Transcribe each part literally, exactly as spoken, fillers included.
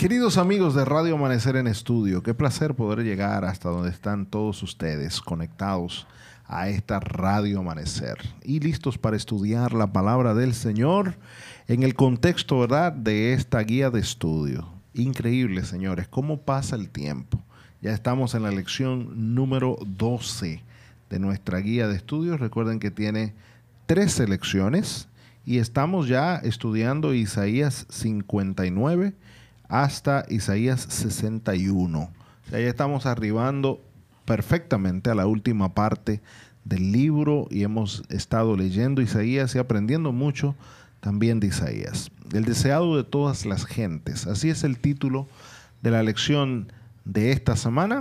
Queridos amigos de Radio Amanecer en Estudio, qué placer poder llegar hasta donde están todos ustedes conectados a esta Radio Amanecer y listos para estudiar la palabra del Señor en el contexto, ¿verdad?, de esta guía de estudio. Increíble, señores, cómo pasa el tiempo. Ya estamos en la lección número doce de nuestra guía de estudios. Recuerden que tiene trece lecciones y estamos ya estudiando Isaías cincuenta y nueve hasta Isaías sesenta y uno. O sea, ya estamos arribando perfectamente a la última parte del libro y hemos estado leyendo Isaías y aprendiendo mucho también de Isaías. El deseado de todas las gentes. Así es el título de la lección de esta semana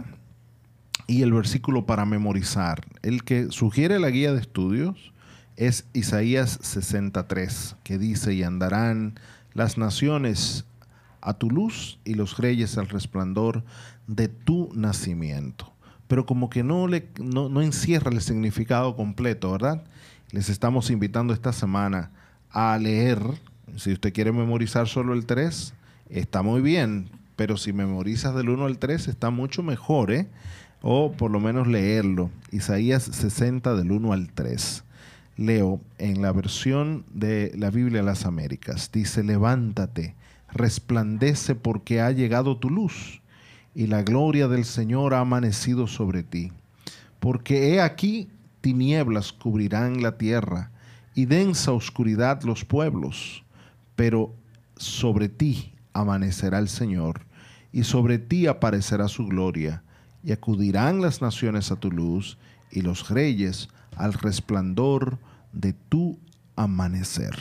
y el versículo para memorizar. El que sugiere la guía de estudios es Isaías sesenta y tres, que dice: y andarán las naciones a tu luz y los reyes al resplandor de tu nacimiento. Pero como que no, le, no, no encierra el significado completo, ¿verdad? Les estamos invitando esta semana a leer. Si usted quiere memorizar solo el tres, está muy bien, pero si memorizas del uno al tres está mucho mejor, ¿eh? O por lo menos leerlo. Isaías sesenta del uno al tres. Leo en la versión de la Biblia de las Américas. Dice: levántate, resplandece porque ha llegado tu luz y la gloria del Señor ha amanecido sobre ti. Porque he aquí tinieblas cubrirán la tierra y densa oscuridad los pueblos, pero sobre ti amanecerá el Señor y sobre ti aparecerá su gloria, y acudirán las naciones a tu luz y los reyes al resplandor de tu amanecer.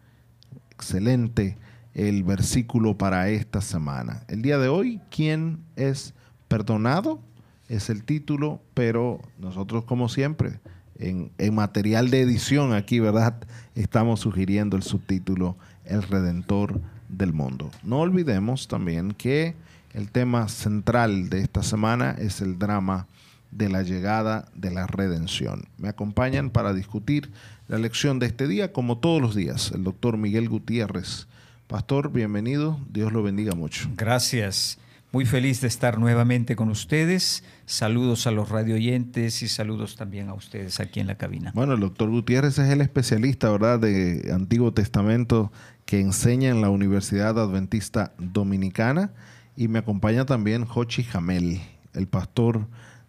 Excelente el versículo para esta semana. El día de hoy, ¿quién es perdonado? Es el título, pero nosotros, como siempre, en, en material de edición aquí, ¿verdad?, estamos sugiriendo el subtítulo El Redentor del Mundo. No olvidemos también que el tema central de esta semana es el drama de la llegada de la redención. Me acompañan para discutir la lección de este día, como todos los días, el doctor Miguel Gutiérrez. Pastor, bienvenido. Dios lo bendiga mucho. Gracias. Muy feliz de estar nuevamente con ustedes. Saludos a los radio oyentes y saludos también a ustedes aquí en la cabina. Bueno, el doctor Gutiérrez es el especialista, ¿verdad?, de Antiguo Testamento que enseña en la Universidad Adventista Dominicana, y me acompaña también Jochi Jamel, el pastor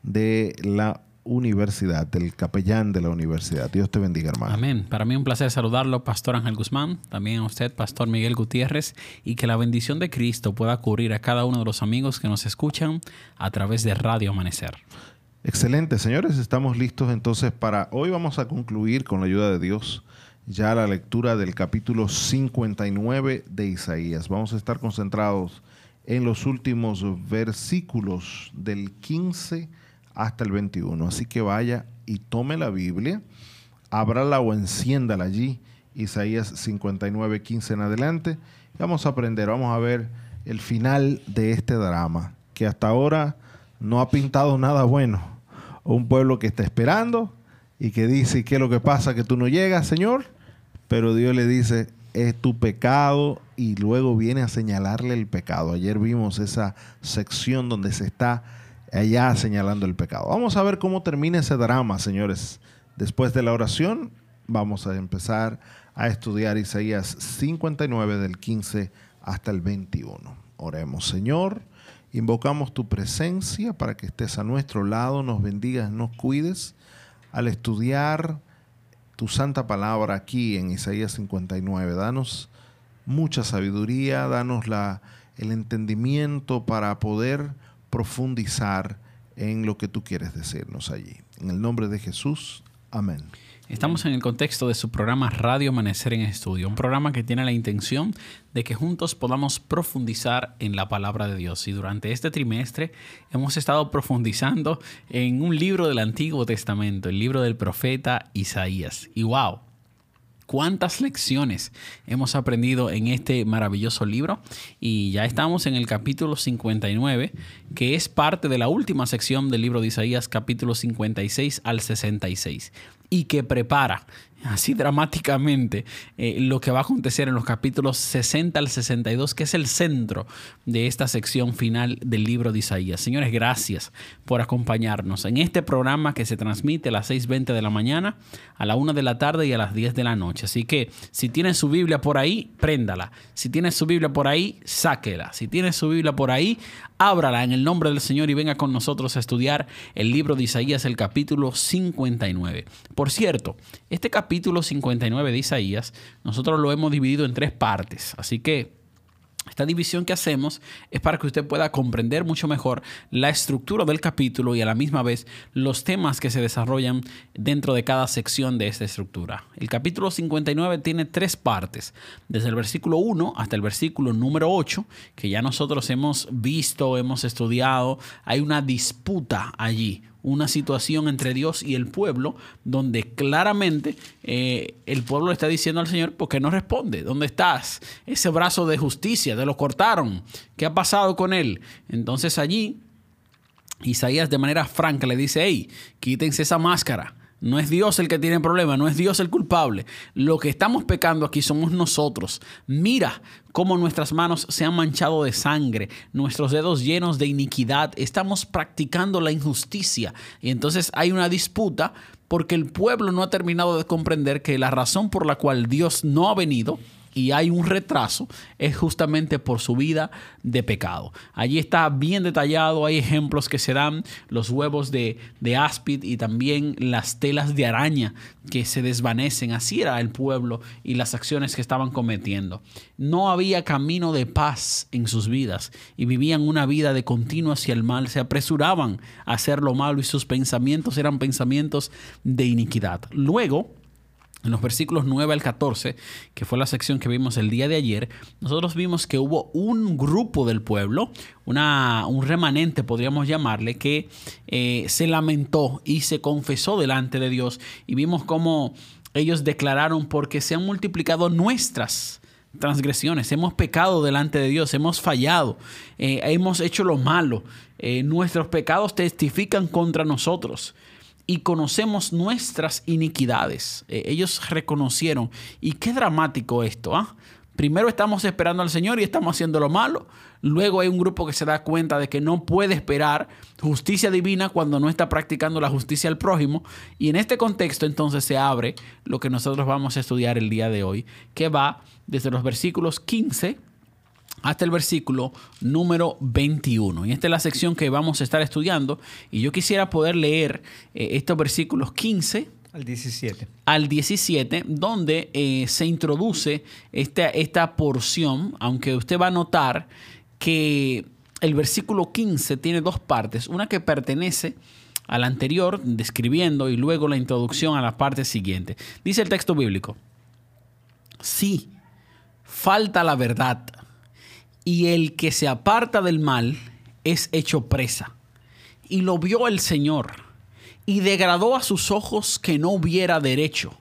de la universidad, el capellán de la universidad. Dios te bendiga, hermano. Amén. Para mí un placer saludarlo, Pastor Ángel Guzmán, también a usted, Pastor Miguel Gutiérrez, y que la bendición de Cristo pueda cubrir a cada uno de los amigos que nos escuchan a través de Radio Amanecer. Excelente, señores. Estamos listos entonces para... Hoy vamos a concluir, con la ayuda de Dios, ya la lectura del capítulo cincuenta y nueve de Isaías. Vamos a estar concentrados en los últimos versículos del quince hasta el veintiuno. Así que vaya y tome la Biblia, ábrala o enciéndala allí, Isaías cincuenta y nueve, quince en adelante. Vamos a aprender, vamos a ver el final de este drama, que hasta ahora no ha pintado nada bueno. Un pueblo que está esperando y que dice: ¿qué es lo que pasa? Que tú no llegas, Señor. Pero Dios le dice: es tu pecado, y luego viene a señalarle el pecado. Ayer vimos esa sección donde se está allá señalando el pecado. Vamos a ver cómo termina ese drama, señores. Después de la oración, vamos a empezar a estudiar Isaías cincuenta y nueve del quince hasta el veintiuno. Oremos. Señor, invocamos tu presencia para que estés a nuestro lado, nos bendigas, nos cuides al estudiar tu santa palabra aquí en Isaías cincuenta y nueve. Danos mucha sabiduría, danos la, el entendimiento para poder profundizar en lo que tú quieres decirnos allí. En el nombre de Jesús, amén. Estamos en el contexto de su programa Radio Amanecer en Estudio, un programa que tiene la intención de que juntos podamos profundizar en la palabra de Dios. Y durante este trimestre hemos estado profundizando en un libro del Antiguo Testamento, el libro del profeta Isaías. Y wow, cuántas lecciones hemos aprendido en este maravilloso libro. Y ya estamos en el capítulo cincuenta y nueve, que es parte de la última sección del libro de Isaías, capítulo cincuenta y seis al sesenta y seis. Y que prepara así dramáticamente eh, lo que va a acontecer en los capítulos sesenta al sesenta y dos, que es el centro de esta sección final del libro de Isaías. Señores, gracias por acompañarnos en este programa que se transmite a las seis veinte de la mañana, a la una de la tarde y a las diez de la noche. Así que si tienen su Biblia por ahí, préndala. Si tienen su Biblia por ahí, sáquela. Si tienen su Biblia por ahí, ábrala en el nombre del Señor y venga con nosotros a estudiar el libro de Isaías, el capítulo cincuenta y nueve. Por cierto, este capítulo cincuenta y nueve de Isaías, nosotros lo hemos dividido en tres partes. Así que esta división que hacemos es para que usted pueda comprender mucho mejor la estructura del capítulo y a la misma vez los temas que se desarrollan dentro de cada sección de esta estructura. El capítulo cincuenta y nueve tiene tres partes, desde el versículo uno hasta el versículo número ocho, que ya nosotros hemos visto, hemos estudiado. Hay una disputa allí, una situación entre Dios y el pueblo, donde claramente eh, el pueblo le está diciendo al Señor: ¿por qué no responde? ¿Dónde estás? Ese brazo de justicia, te lo cortaron. ¿Qué ha pasado con él? Entonces allí Isaías de manera franca le dice: hey, quítense esa máscara. No es Dios el que tiene problema, no es Dios el culpable. Lo que estamos pecando aquí somos nosotros. Mira cómo nuestras manos se han manchado de sangre, nuestros dedos llenos de iniquidad. Estamos practicando la injusticia. Y entonces hay una disputa porque el pueblo no ha terminado de comprender que la razón por la cual Dios no ha venido y hay un retraso es justamente por su vida de pecado. Allí está bien detallado, hay ejemplos que se dan, los huevos de, de áspid y también las telas de araña que se desvanecen. Así era el pueblo y las acciones que estaban cometiendo. No había camino de paz en sus vidas y vivían una vida de continuo hacia el mal. Se apresuraban a hacer lo malo y sus pensamientos eran pensamientos de iniquidad. Luego, en los versículos nueve al catorce, que fue la sección que vimos el día de ayer, nosotros vimos que hubo un grupo del pueblo, una, un remanente podríamos llamarle, que eh, se lamentó y se confesó delante de Dios. Y vimos cómo ellos declararon: porque se han multiplicado nuestras transgresiones, hemos pecado delante de Dios, hemos fallado, eh, hemos hecho lo malo, eh, nuestros pecados testifican contra nosotros y conocemos nuestras iniquidades. Eh, ellos reconocieron. Y qué dramático esto, ¿ah? ¿eh? Primero estamos esperando al Señor y estamos haciendo lo malo. Luego hay un grupo que se da cuenta de que no puede esperar justicia divina cuando no está practicando la justicia al prójimo. Y en este contexto entonces se abre lo que nosotros vamos a estudiar el día de hoy, que va desde los versículos quince hasta el versículo número veintiuno. Y esta es la sección que vamos a estar estudiando. Y yo quisiera poder leer eh, estos versículos quince al diecisiete. Al diecisiete, donde eh, se introduce esta, esta porción, aunque usted va a notar que el versículo quince tiene dos partes. Una que pertenece al anterior, describiendo, y luego la introducción a la parte siguiente. Dice el texto bíblico: sí, falta la verdad, y el que se aparta del mal es hecho presa. Y lo vio el Señor, y degradó a sus ojos que no hubiera derecho.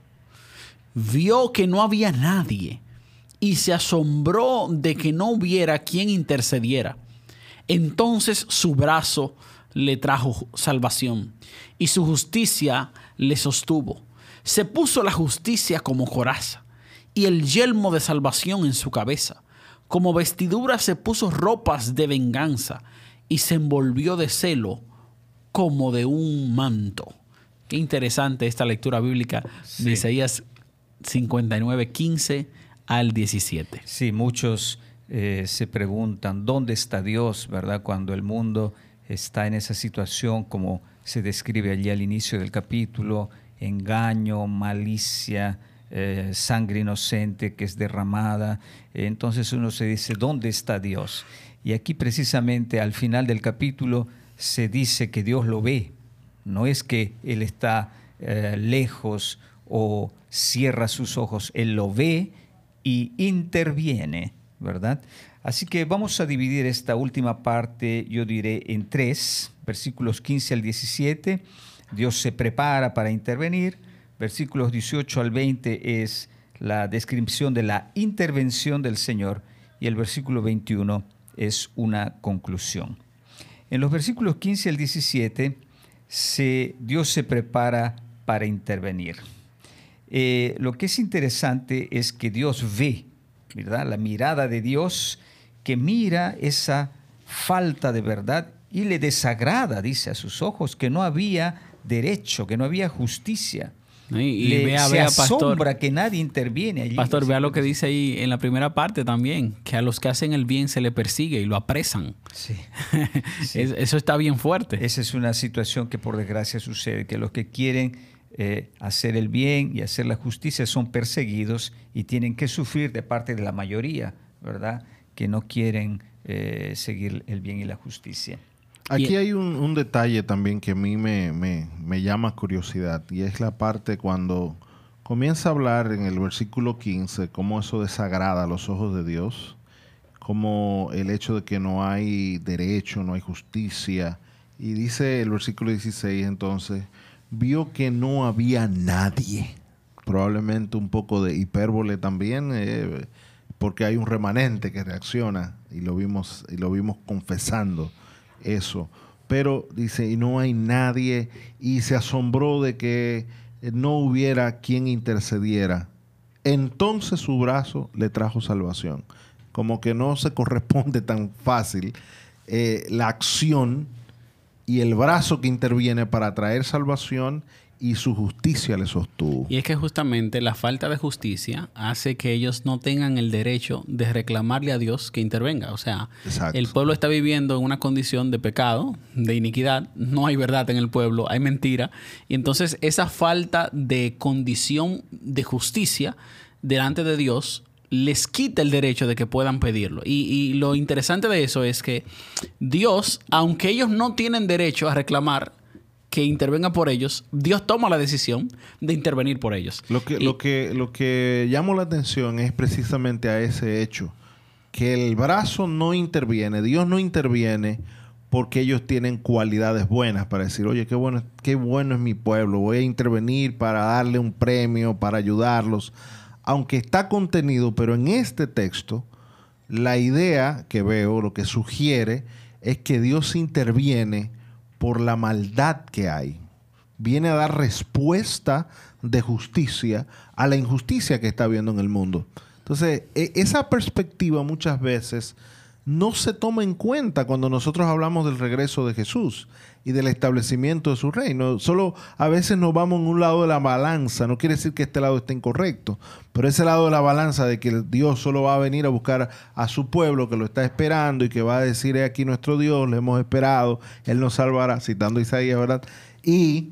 Vio que no había nadie, y se asombró de que no hubiera quien intercediera. Entonces su brazo le trajo salvación, y su justicia le sostuvo. Se puso la justicia como coraza, y el yelmo de salvación en su cabeza. Como vestidura se puso ropas de venganza y se envolvió de celo como de un manto. Qué interesante esta lectura bíblica sí. de Isaías cincuenta y nueve, quince al diecisiete. Sí, muchos eh, se preguntan dónde está Dios, ¿verdad? Cuando el mundo está en esa situación como se describe allí al inicio del capítulo: engaño, malicia, Eh, sangre inocente que es derramada. Eh, entonces uno se dice: ¿dónde está Dios? Y aquí precisamente al final del capítulo se dice que Dios lo ve. No es que Él está eh, lejos o cierra sus ojos. Él lo ve y interviene, ¿verdad? Así que vamos a dividir esta última parte, yo diré, en tres, versículos quince al diecisiete. Dios se prepara para intervenir. Versículos dieciocho al veinte es la descripción de la intervención del Señor, y el versículo veintiuno es una conclusión. En los versículos quince al diecisiete, se, Dios se prepara para intervenir. eh, lo que es interesante es que Dios ve, ¿verdad? La mirada de Dios que mira esa falta de verdad y le desagrada, dice a sus ojos, que no había derecho, que no había justicia. Y, y Le, vea, se vea, asombra pastor, que nadie interviene allí. pastor, vea lo que dice ahí en la primera parte también, que a los que hacen el bien se le persigue y lo apresan. Sí. Sí. Es, eso está bien fuerte. Esa es una situación que por desgracia sucede, que los que quieren eh, hacer el bien y hacer la justicia son perseguidos y tienen que sufrir de parte de la mayoría, ¿verdad? Que no quieren eh, seguir el bien y la justicia. Aquí hay un, un detalle también que a mí me, me, me llama curiosidad, y es la parte cuando comienza a hablar en el versículo quince cómo eso desagrada a los ojos de Dios, como el hecho de que no hay derecho, no hay justicia. Y dice el versículo dieciséis entonces, vio que no había nadie. Probablemente un poco de hipérbole también, eh, porque hay un remanente que reacciona y lo vimos, y lo vimos confesando eso. Pero dice, y no hay nadie, y se asombró de que no hubiera quien intercediera. Entonces su brazo le trajo salvación. Como que no se corresponde tan fácil eh, la acción y el brazo que interviene para traer salvación, y su justicia le sostuvo. Y es que justamente la falta de justicia hace que ellos no tengan el derecho de reclamarle a Dios que intervenga. O sea, Exacto. El pueblo está viviendo en una condición de pecado, de iniquidad. No hay verdad en el pueblo, hay mentira. Y entonces esa falta de condición de justicia delante de Dios les quita el derecho de que puedan pedirlo. Y, y lo interesante de eso es que Dios, aunque ellos no tienen derecho a reclamar que intervenga por ellos, Dios toma la decisión de intervenir por ellos. Lo que, y, lo que, lo que llamó la atención es precisamente a ese hecho, que el brazo no interviene, Dios no interviene porque ellos tienen cualidades buenas para decir, oye, qué bueno, qué bueno es mi pueblo, voy a intervenir para darle un premio, para ayudarlos. Aunque está contenido, pero en este texto, la idea que veo, lo que sugiere, es que Dios interviene por la maldad que hay. Viene a dar respuesta de justicia a la injusticia que está habiendo en el mundo. Entonces, esa perspectiva muchas veces no se toma en cuenta cuando nosotros hablamos del regreso de Jesús y del establecimiento de su reino. Solo a veces nos vamos en un lado de la balanza. No quiere decir que este lado esté incorrecto, pero ese lado de la balanza de que Dios solo va a venir a buscar a su pueblo que lo está esperando y que va a decir, he aquí nuestro Dios, le hemos esperado, Él nos salvará, citando a Isaías, ¿verdad? Y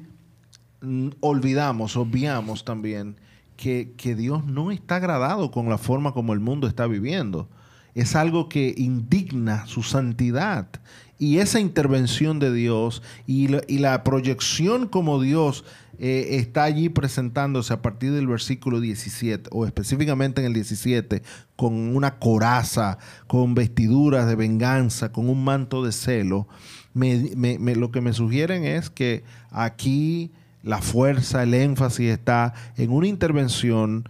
mm, olvidamos, obviamos también que, que Dios no está agradado con la forma como el mundo está viviendo. Es algo que indigna su santidad. Y esa intervención de Dios y la, y la proyección como Dios eh, está allí presentándose a partir del versículo diecisiete, o específicamente en el diecisiete, con una coraza, con vestiduras de venganza, con un manto de celo, me, me, me, lo que me sugieren es que aquí la fuerza, el énfasis está en una intervención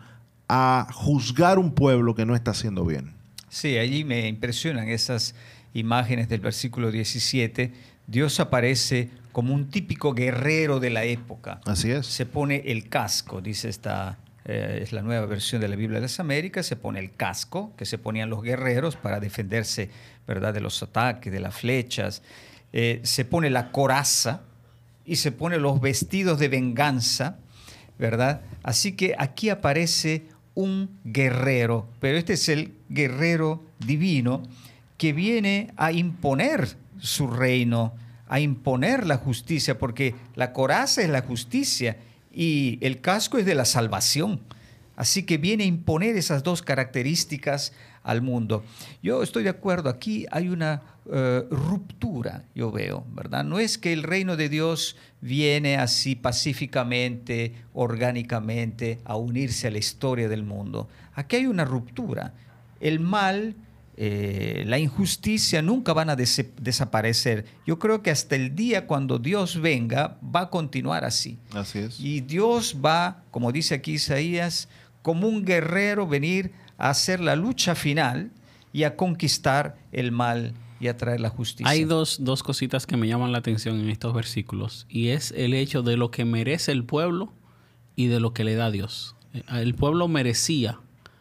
a juzgar un pueblo que no está haciendo bien. Sí, allí me impresionan esas imágenes del versículo diecisiete. Dios aparece como un típico guerrero de la época. Así es. Se pone el casco, dice esta, eh, es la nueva versión de la Biblia de las Américas, se pone el casco que se ponían los guerreros para defenderse, ¿verdad?, de los ataques, de las flechas. Eh, se pone la coraza y se pone los vestidos de venganza, ¿verdad? Así que aquí aparece un guerrero, pero este es el guerrero divino que viene a imponer su reino, a imponer la justicia, porque la coraza es la justicia y el casco es de la salvación. Así que viene a imponer esas dos características al mundo. Yo estoy de acuerdo, aquí hay una uh, ruptura, yo veo, ¿verdad? No es que el reino de Dios viene así pacíficamente, orgánicamente, a unirse a la historia del mundo. Aquí hay una ruptura. El mal, eh, la injusticia nunca van a des- desaparecer. Yo creo que hasta el día cuando Dios venga va a continuar así. Así es. Y Dios va, como dice aquí Isaías, como un guerrero venir a hacer la lucha final y a conquistar el mal y a traer la justicia. Hay dos, dos cositas que me llaman la atención en estos versículos, y es el hecho de lo que merece el pueblo y de lo que le da Dios. El pueblo merecía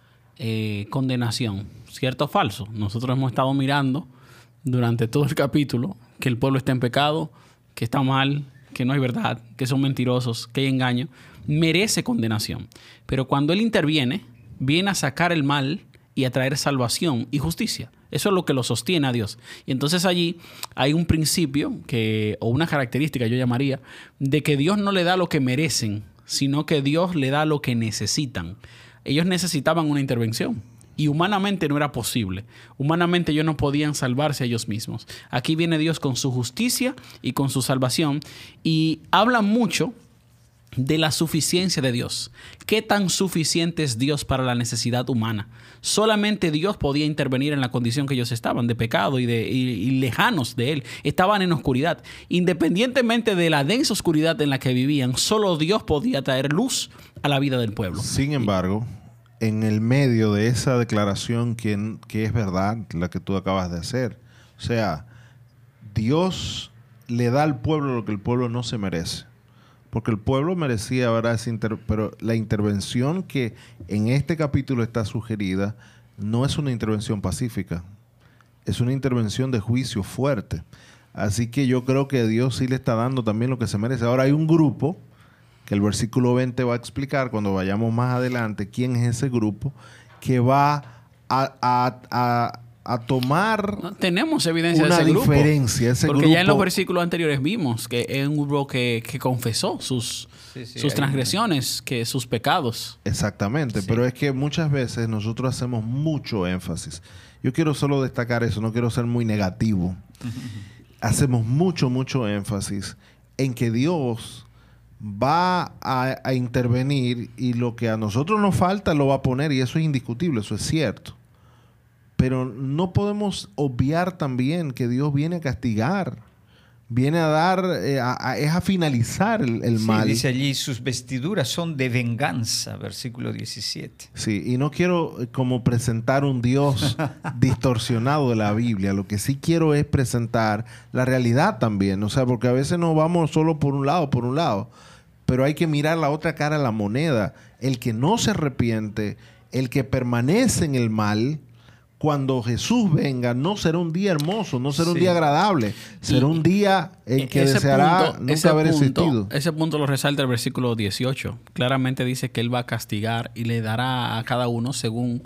eh, condenación, ¿cierto o falso? Nosotros hemos estado mirando durante todo el capítulo que el pueblo está en pecado, que está mal, que no hay verdad, que son mentirosos, que hay engaño. Merece condenación. Pero cuando Él interviene, viene a sacar el mal y a traer salvación y justicia. Eso es lo que lo sostiene a Dios. Y entonces allí hay un principio que, o una característica, yo llamaría, de que Dios no le da lo que merecen, sino que Dios le da lo que necesitan. Ellos necesitaban una intervención y humanamente no era posible. Humanamente ellos no podían salvarse a ellos mismos. Aquí viene Dios con su justicia y con su salvación y habla mucho de la suficiencia de Dios. ¿Qué tan suficiente es Dios para la necesidad humana? Solamente Dios podía intervenir en la condición que ellos estaban, de pecado y, de, y, y lejanos de Él. Estaban en oscuridad. Independientemente de la densa oscuridad en la que vivían, solo Dios podía traer luz a la vida del pueblo. Sin embargo, en el medio de esa declaración que, que es verdad, la que tú acabas de hacer, o sea, Dios le da al pueblo lo que el pueblo no se merece. Porque el pueblo merecía, ¿verdad? Inter- pero la intervención que en este capítulo está sugerida no es una intervención pacífica. Es una intervención de juicio fuerte. Así que yo creo que Dios sí le está dando también lo que se merece. Ahora hay un grupo que el versículo veinte va a explicar cuando vayamos más adelante quién es ese grupo que va a... a, a a tomar no, tenemos evidencia una de ese grupo, diferencia. Ese porque grupo, ya en los versículos anteriores vimos que es un grupo que, que confesó sus, sí, sí, sus transgresiones, que sus pecados. Exactamente, sí. Pero es que muchas veces nosotros hacemos mucho énfasis. Yo quiero solo destacar eso, no quiero ser muy negativo. Hacemos mucho, mucho énfasis en que Dios va a, a intervenir y lo que a nosotros nos falta lo va a poner, y eso es indiscutible, eso es cierto. Pero no podemos obviar también que Dios viene a castigar, viene a dar, eh, a, a, es a finalizar el, el sí, mal. Dice allí, sus vestiduras son de venganza, versículo diecisiete. Sí, y no quiero eh, como presentar un Dios distorsionado de la Biblia. Lo que sí quiero es presentar la realidad también. O sea, porque a veces no vamos solo por un lado, por un lado. Pero hay que mirar la otra cara de la moneda. El que no se arrepiente, el que permanece en el mal... Cuando Jesús venga, no será un día hermoso, no será sí. un día agradable, será y, un día en que deseará punto, nunca haber punto, existido. Ese punto lo resalta el versículo dieciocho. Claramente dice que Él va a castigar y le dará a cada uno según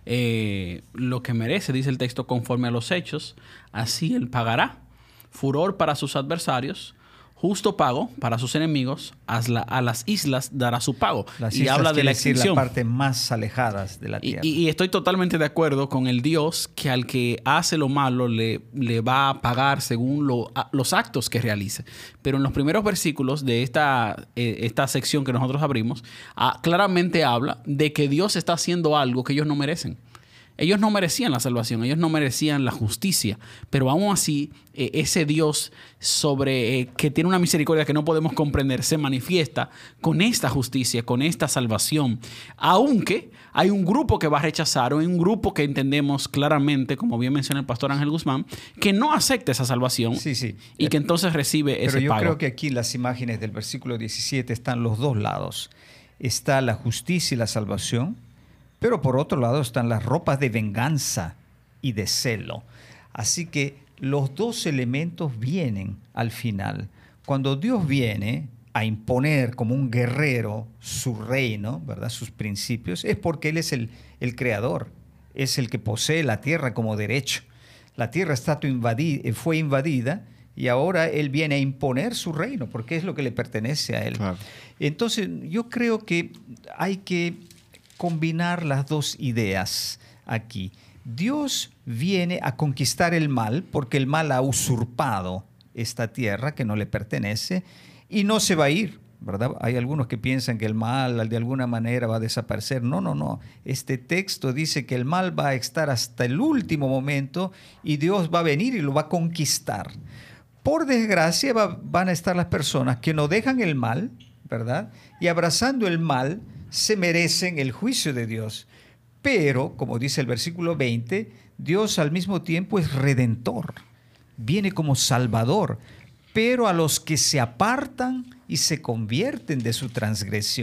eh, lo que merece, dice el texto, conforme a los hechos. Así Él pagará. Furor para sus adversarios, justo pago para sus enemigos, a, la, a las islas dará su pago. Las y islas habla de la extinción. Las partes más alejadas de la tierra. Y, y, y estoy totalmente de acuerdo con el Dios que al que hace lo malo le, le va a pagar según lo, a, los actos que realice. Pero en los primeros versículos de esta, eh, esta sección que nosotros abrimos, ah, claramente habla de que Dios está haciendo algo que ellos no merecen. Ellos no merecían la salvación, ellos no merecían la justicia, pero aún así eh, ese Dios sobre eh, que tiene una misericordia que no podemos comprender se manifiesta con esta justicia, con esta salvación, aunque hay un grupo que va a rechazar o hay un grupo que entendemos claramente, como bien menciona el pastor Ángel Guzmán, que no acepta esa salvación sí, sí. y que entonces recibe pero ese yo pago. Creo que aquí las imágenes del versículo diecisiete están los dos lados. Está la justicia y la salvación, pero por otro lado están las ropas de venganza y de celo. Así que los dos elementos vienen al final. Cuando Dios viene a imponer como un guerrero su reino, ¿verdad? Sus principios, es porque Él es el, el creador, es el que posee la tierra como derecho. La tierra está invadida, fue invadida y ahora Él viene a imponer su reino porque es lo que le pertenece a Él. Claro. Entonces yo creo que hay que combinar las dos ideas aquí. Dios viene a conquistar el mal porque el mal ha usurpado esta tierra que no le pertenece y no se va a ir, ¿verdad? Hay algunos que piensan que el mal de alguna manera va a desaparecer. No, no, no. Este texto dice que el mal va a estar hasta el último momento y Dios va a venir y lo va a conquistar. Por desgracia va, van a estar las personas que no dejan el mal, ¿verdad? Y abrazando el mal se merecen el juicio de Dios. Pero, como dice el versículo veinte, Dios al mismo tiempo es redentor, viene como salvador, pero a los que se apartan y se convierten de su transgresión,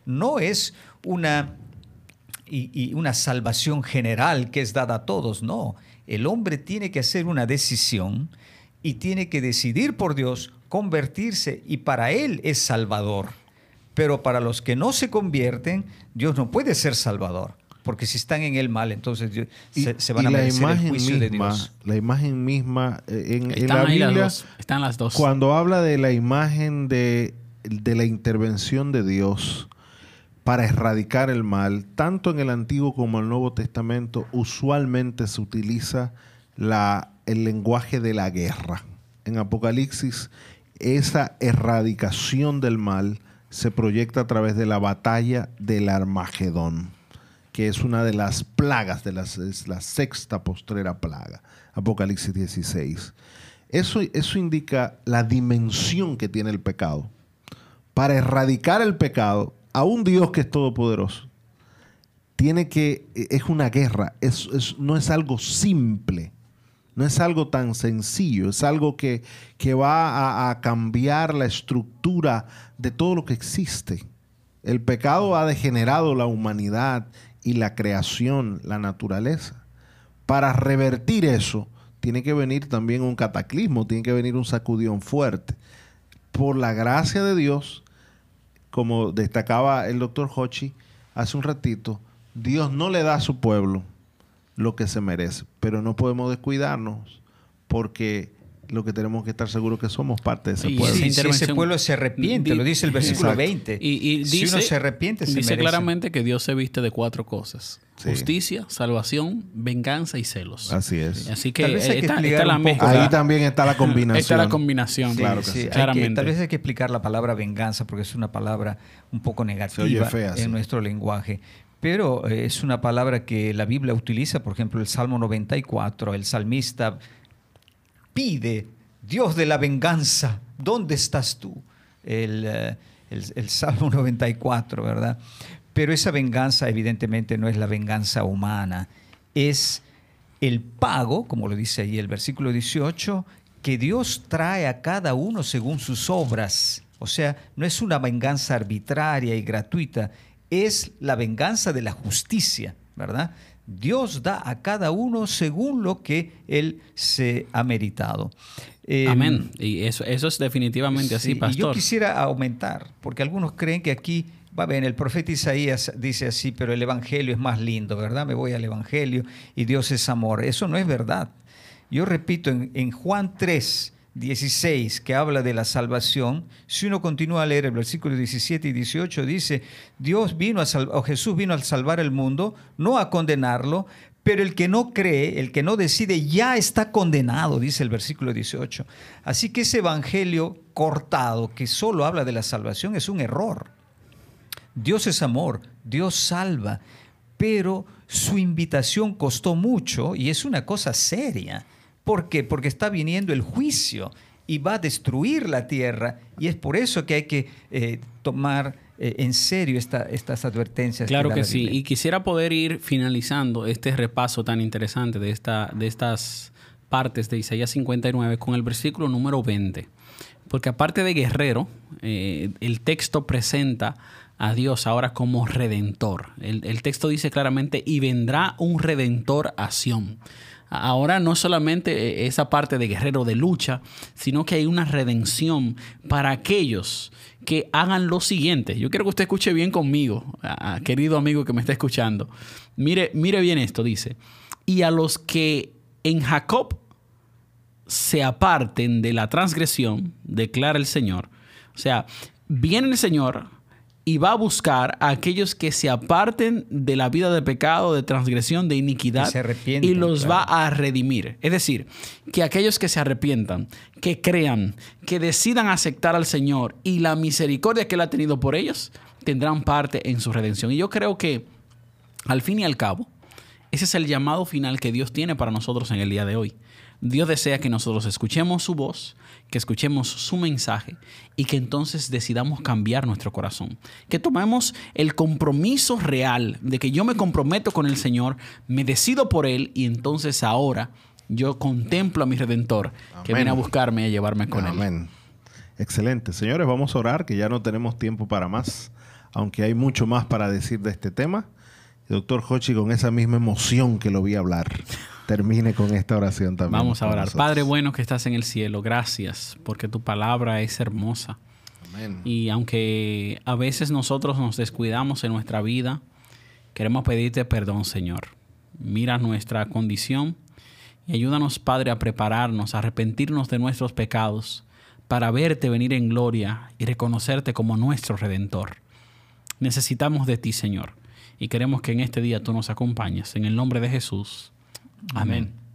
no es una, y, y una salvación general que es dada a todos, no. El hombre tiene que hacer una decisión y tiene que decidir por Dios, convertirse, y para él es salvador. Pero para los que no se convierten, Dios no puede ser salvador. Porque si están en el mal, entonces Dios, y, se, se van a merecer el juicio misma, de Dios. La imagen misma, en, en Están la ahí Biblia, las dos. Están las dos. Cuando habla de la imagen de, de la intervención de Dios para erradicar el mal, tanto en el Antiguo como en el Nuevo Testamento, usualmente se utiliza la, el lenguaje de la guerra. En Apocalipsis, esa erradicación del mal se proyecta a través de la batalla del Armagedón, que es una de las plagas, de las, es la sexta postrera plaga, Apocalipsis dieciséis. Eso, eso indica la dimensión que tiene el pecado. Para erradicar el pecado, a un Dios que es todopoderoso, tiene que, es una guerra, es, es, no es algo simple, no es algo tan sencillo, es algo que, que va a, a cambiar la estructura de todo lo que existe. El pecado ha degenerado la humanidad y la creación, la naturaleza. Para revertir eso, tiene que venir también un cataclismo, tiene que venir un sacudión fuerte. Por la gracia de Dios, como destacaba el doctor Hochi hace un ratito, Dios no le da a su pueblo lo que se merece, pero no podemos descuidarnos porque lo que tenemos que estar seguros que somos parte de ese Y pueblo. Sí, si ese pueblo se arrepiente, Di, lo dice el versículo exacto. veinte. Y, y si dice, uno se arrepiente, se dice merece. claramente que Dios se viste de cuatro cosas: sí. justicia, salvación, venganza y celos. Así es. Así que Tal vez hay que está, explicar está la un poco. mezcla. Ahí también está la combinación. Está la combinación. Sí, Claro que sí, sí. hay que- Claramente. tal vez hay que explicar la palabra venganza porque es una palabra un poco Se oye negativa fea, sí. en nuestro lenguaje. Pero eh, es una palabra que la Biblia utiliza, por ejemplo, el Salmo noventa y cuatro, el salmista pide, Dios de la venganza, ¿dónde estás tú? El, eh, el, el Salmo noventa y cuatro, ¿verdad? Pero esa venganza evidentemente no es la venganza humana, es el pago, como lo dice ahí el versículo dieciocho, que Dios trae a cada uno según sus obras. O sea, no es una venganza arbitraria y gratuita, es la venganza de la justicia, ¿verdad? Dios da a cada uno según lo que él se ha meritado. Eh, Amén. Y eso, eso es definitivamente así, sí, pastor. Y yo quisiera aumentar, porque algunos creen que aquí, va bien, el profeta Isaías dice así, pero el evangelio es más lindo, ¿verdad? Me voy al evangelio y Dios es amor. Eso no es verdad. Yo repito, en, en Juan tres, dieciséis, que habla de la salvación, si uno continúa a leer el versículo diecisiete y dieciocho, dice, Dios vino a sal- o Jesús vino a salvar el mundo, no a condenarlo, pero el que no cree, el que no decide, ya está condenado, dice el versículo dieciocho. Así que ese evangelio cortado, que solo habla de la salvación, es un error. Dios es amor, Dios salva, pero su invitación costó mucho y es una cosa seria. ¿Por qué? Porque está viniendo el juicio y va a destruir la tierra, y es por eso que hay que eh, tomar eh, en serio esta, estas advertencias. Claro da que la sí. Biblia. Y quisiera poder ir finalizando este repaso tan interesante de, esta, de estas partes de Isaías cincuenta y nueve con el versículo número veinte. Porque aparte de guerrero, eh, el texto presenta a Dios ahora como redentor. El, el texto dice claramente, y vendrá un redentor a Sión. Ahora no solamente esa parte de guerrero de lucha, sino que hay una redención para aquellos que hagan lo siguiente. Yo quiero que usted escuche bien conmigo, querido amigo que me está escuchando. Mire, mire bien esto, dice. Y a los que en Jacob se aparten de la transgresión, declara el Señor. O sea, viene el Señor y va a buscar a aquellos que se aparten de la vida de pecado, de transgresión, de iniquidad, y, se arrepienten, y los claro. va a redimir. Es decir, que aquellos que se arrepientan, que crean, que decidan aceptar al Señor y la misericordia que Él ha tenido por ellos, tendrán parte en su redención. Y yo creo que, al fin y al cabo, ese es el llamado final que Dios tiene para nosotros en el día de hoy. Dios desea que nosotros escuchemos su voz, que escuchemos su mensaje y que entonces decidamos cambiar nuestro corazón. Que tomemos el compromiso real de que yo me comprometo con el Señor, me decido por Él y entonces ahora yo contemplo a mi Redentor. Amén. Que viene a buscarme y a llevarme con Amén. Él. Amén. Excelente. Señores, vamos a orar que ya no tenemos tiempo para más. aunque hay mucho más para decir de este tema. Y doctor Jochi, con esa misma emoción que lo vi hablar, termine con esta oración también. Vamos a orar. Padre bueno que estás en el cielo, gracias porque tu palabra es hermosa. Amén. Y aunque a veces nosotros nos descuidamos en nuestra vida, queremos pedirte perdón, Señor. Mira nuestra condición y ayúdanos, Padre, a prepararnos, a arrepentirnos de nuestros pecados para verte venir en gloria y reconocerte como nuestro Redentor. Necesitamos de ti, Señor, y queremos que en este día tú nos acompañes. En el nombre de Jesús. Amén. Amén.